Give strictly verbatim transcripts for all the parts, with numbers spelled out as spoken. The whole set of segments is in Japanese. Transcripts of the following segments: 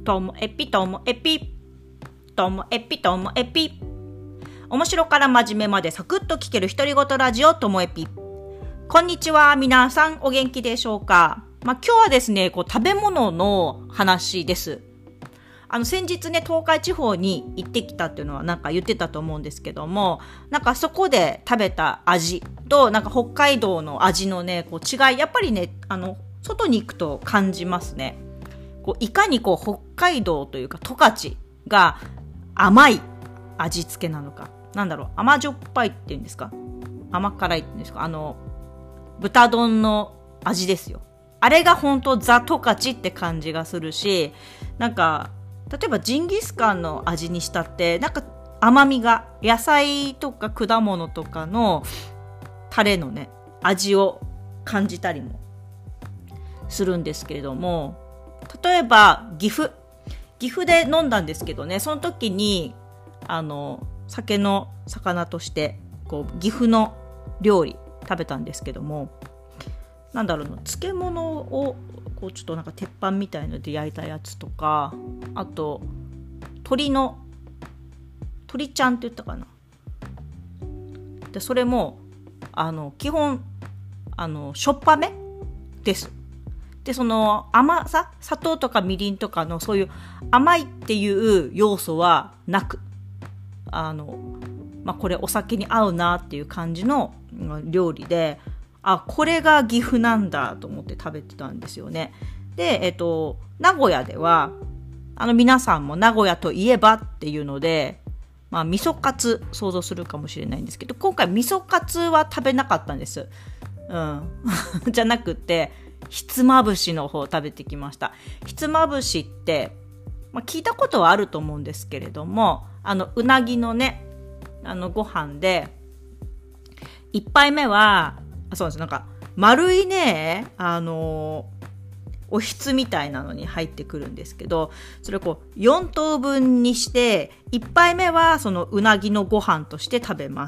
ともえぴともえぴともえぴともえぴ面白から真面目までサクッと聞ける独り言ラジオともえぴ。こんにちは、皆さんお元気でしょうか。まあ、今日はですね、こう食べ物の話です。あの先日ね、東海地方に行ってきたっていうのはなんか言ってたと思うんですけども、なんかそこで食べた味となんか北海道の味のね、こう違い、やっぱりね、あの外に行くと感じますね。こういかにこう北海道というか十勝が甘い味付けなのか、なんだろう、甘じょっぱいっていうんですか、甘辛いっていうんですか、あの豚丼の味ですよ。あれが本当ザ十勝って感じがするし、なんか例えばジンギスカンの味にしたってなんか甘みが、野菜とか果物とかのタレのね味を感じたりもするんですけれども、例えば岐阜岐阜で飲んだんですけどね、その時にあの酒の魚としてこう岐阜の料理食べたんですけども、なんだろうな、漬物をこうちょっとなんか鉄板みたいので焼いたやつとか、あと鶏の鶏ちゃんって言ったかな、でそれもあの基本あのしょっぱめです。でその甘さ、砂糖とかみりんとかのそういう甘いっていう要素はなく、あの、まあ、これお酒に合うなっていう感じの料理で、あ、これが岐阜なんだと思って食べてたんですよね。で、えっと、名古屋ではあの皆さんも名古屋といえばっていうので、まあ、味噌カツ想像するかもしれないんですけど、今回味噌カツは食べなかったんです。うん。じゃなくて、ひつまぶしの方を食べてきました。ひつまぶしって、まあ、聞いたことはあると思うんですけれども、あのうなぎのね、あのご飯でいっぱいめはそうです、なんか丸いね、あのおひつみたいなのに入ってくるんですけど、それをこうよん等分にして、いっぱいめはそのうなぎのご飯として食べます。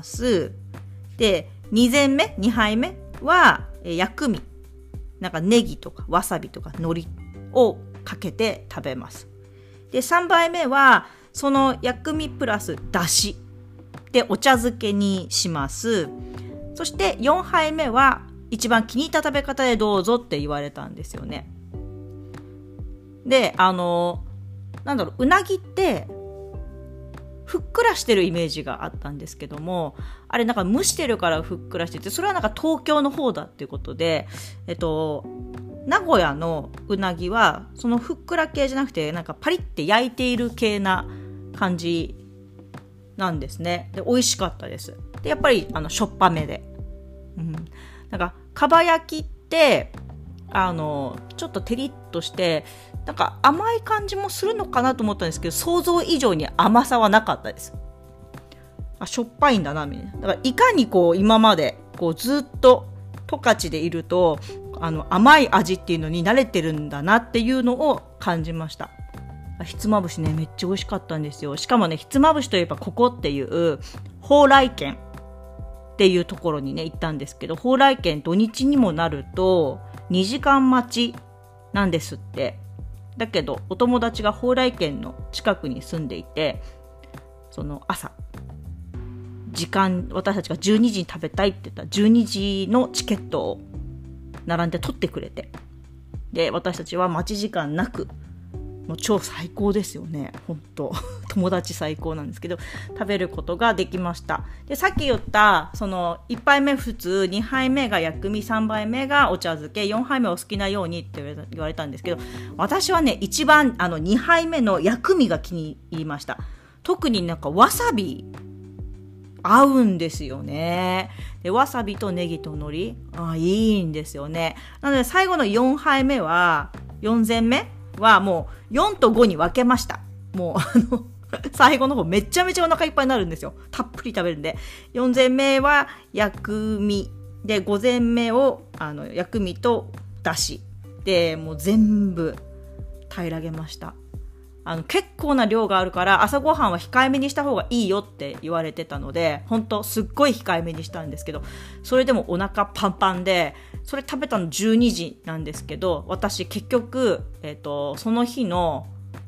でに膳目にはいめは薬味、なんかネギとかわさびとか海苔をかけて食べます。でさんばいめはその薬味プラスだしでお茶漬けにします。そしてよんはいめは一番気に入った食べ方でどうぞって言われたんですよね。であのなんだろう、うなぎってふっくらしてるイメージがあったんですけども、あれなんか蒸してるからふっくらしてて、それはなんか東京の方だっていうことで、えっと名古屋のうなぎはそのふっくら系じゃなくて、なんかパリって焼いている系な感じなんですね。で美味しかったです。でやっぱりあのしょっぱめで、うん、なんかかば焼きってあのちょっとテリッとしてなんか甘い感じもするのかなと思ったんですけど、想像以上に甘さはなかったです。あ、しょっぱいんだなみたいな。だからいかにこう今までこうずっと十勝でいるとあの甘い味っていうのに慣れてるんだなっていうのを感じました。ひつまぶしね、めっちゃ美味しかったんですよ。しかもね、ひつまぶしといえばここっていう蓬莱軒っていうところにね行ったんですけど、蓬莱軒土日にもなるとにじかん待ちなんですって。だけどお友達が蓬莱軒の近くに住んでいて、その朝時間、私たちがじゅうにじに食べたいって言ったらじゅうにじのチケットを並んで取ってくれて、で私たちは待ち時間なく、もう超最高ですよね、本当友達最高なんですけど食べることができました。でさっき言ったそのいっぱいめ普通、にはいめが薬味、さんばいめがお茶漬け、よんはいめお好きなようにって言われたんですけど、私はね一番あのにはいめの薬味が気に入りました。特になんかわさび合うんですよね。でわさびとネギと海苔、あ、いいんですよね。なので最後のよんはいめはよん膳目はもうよんとごに分けました。もうあの最後の方めちゃめちゃお腹いっぱいになるんですよ。たっぷり食べるんで。よん膳目は薬味で、ご膳目をあの薬味とだしでもう全部平らげました。あの結構な量があるから朝ごはんは控えめにした方がいいよって言われてたので、本当すっごい控えめにしたんですけど、それでもお腹パンパンで、それ食べたのじゅうにじなんですけど、私結局、えーと、その日の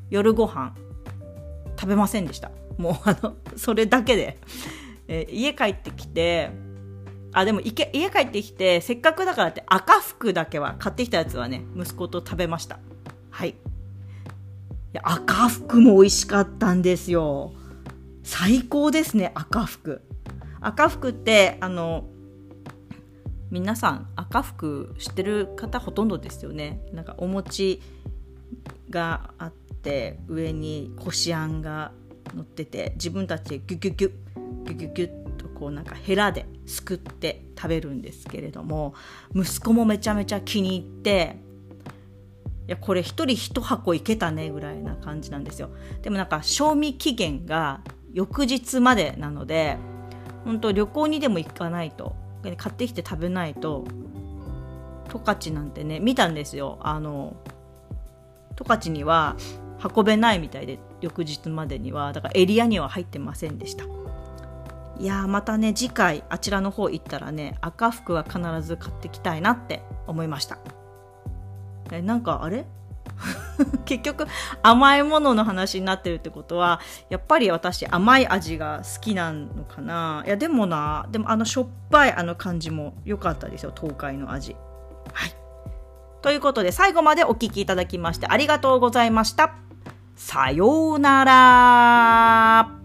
夜ご飯食べませんでした。もうあのそれだけで、えー、家帰ってきてあでも家家帰ってきてせっかくだからって赤福だけは買ってきたやつはね息子と食べました。はい。いや赤福も美味しかったんですよ。最高ですね。赤福赤福ってあの皆さん赤福知ってる方ほとんどですよね。なんかお餅があって上にこしあんが乗ってて自分たちでギュギュギュギュギュギュッとこうなんかヘラですくって食べるんですけれども、息子もめちゃめちゃ気に入って、いやこれ一人一箱いけたねぐらいな感じなんですよ。でもなんか賞味期限が翌日までなので、本当旅行にでも行かないと買ってきて食べないと、十勝なんてね見たんですよ。あの十勝には運べないみたいで、翌日までにはだからエリアには入ってませんでした。いやーまたね次回あちらの方行ったらね赤福は必ず買ってきたいなって思いました。えなんかあれ結局甘いものの話になってるってことはやっぱり私甘い味が好きなのかな。いやでもなでもあのしょっぱいあの感じも良かったですよ、東海の味。はい。ということで最後までお聞きいただきましてありがとうございました。さようなら。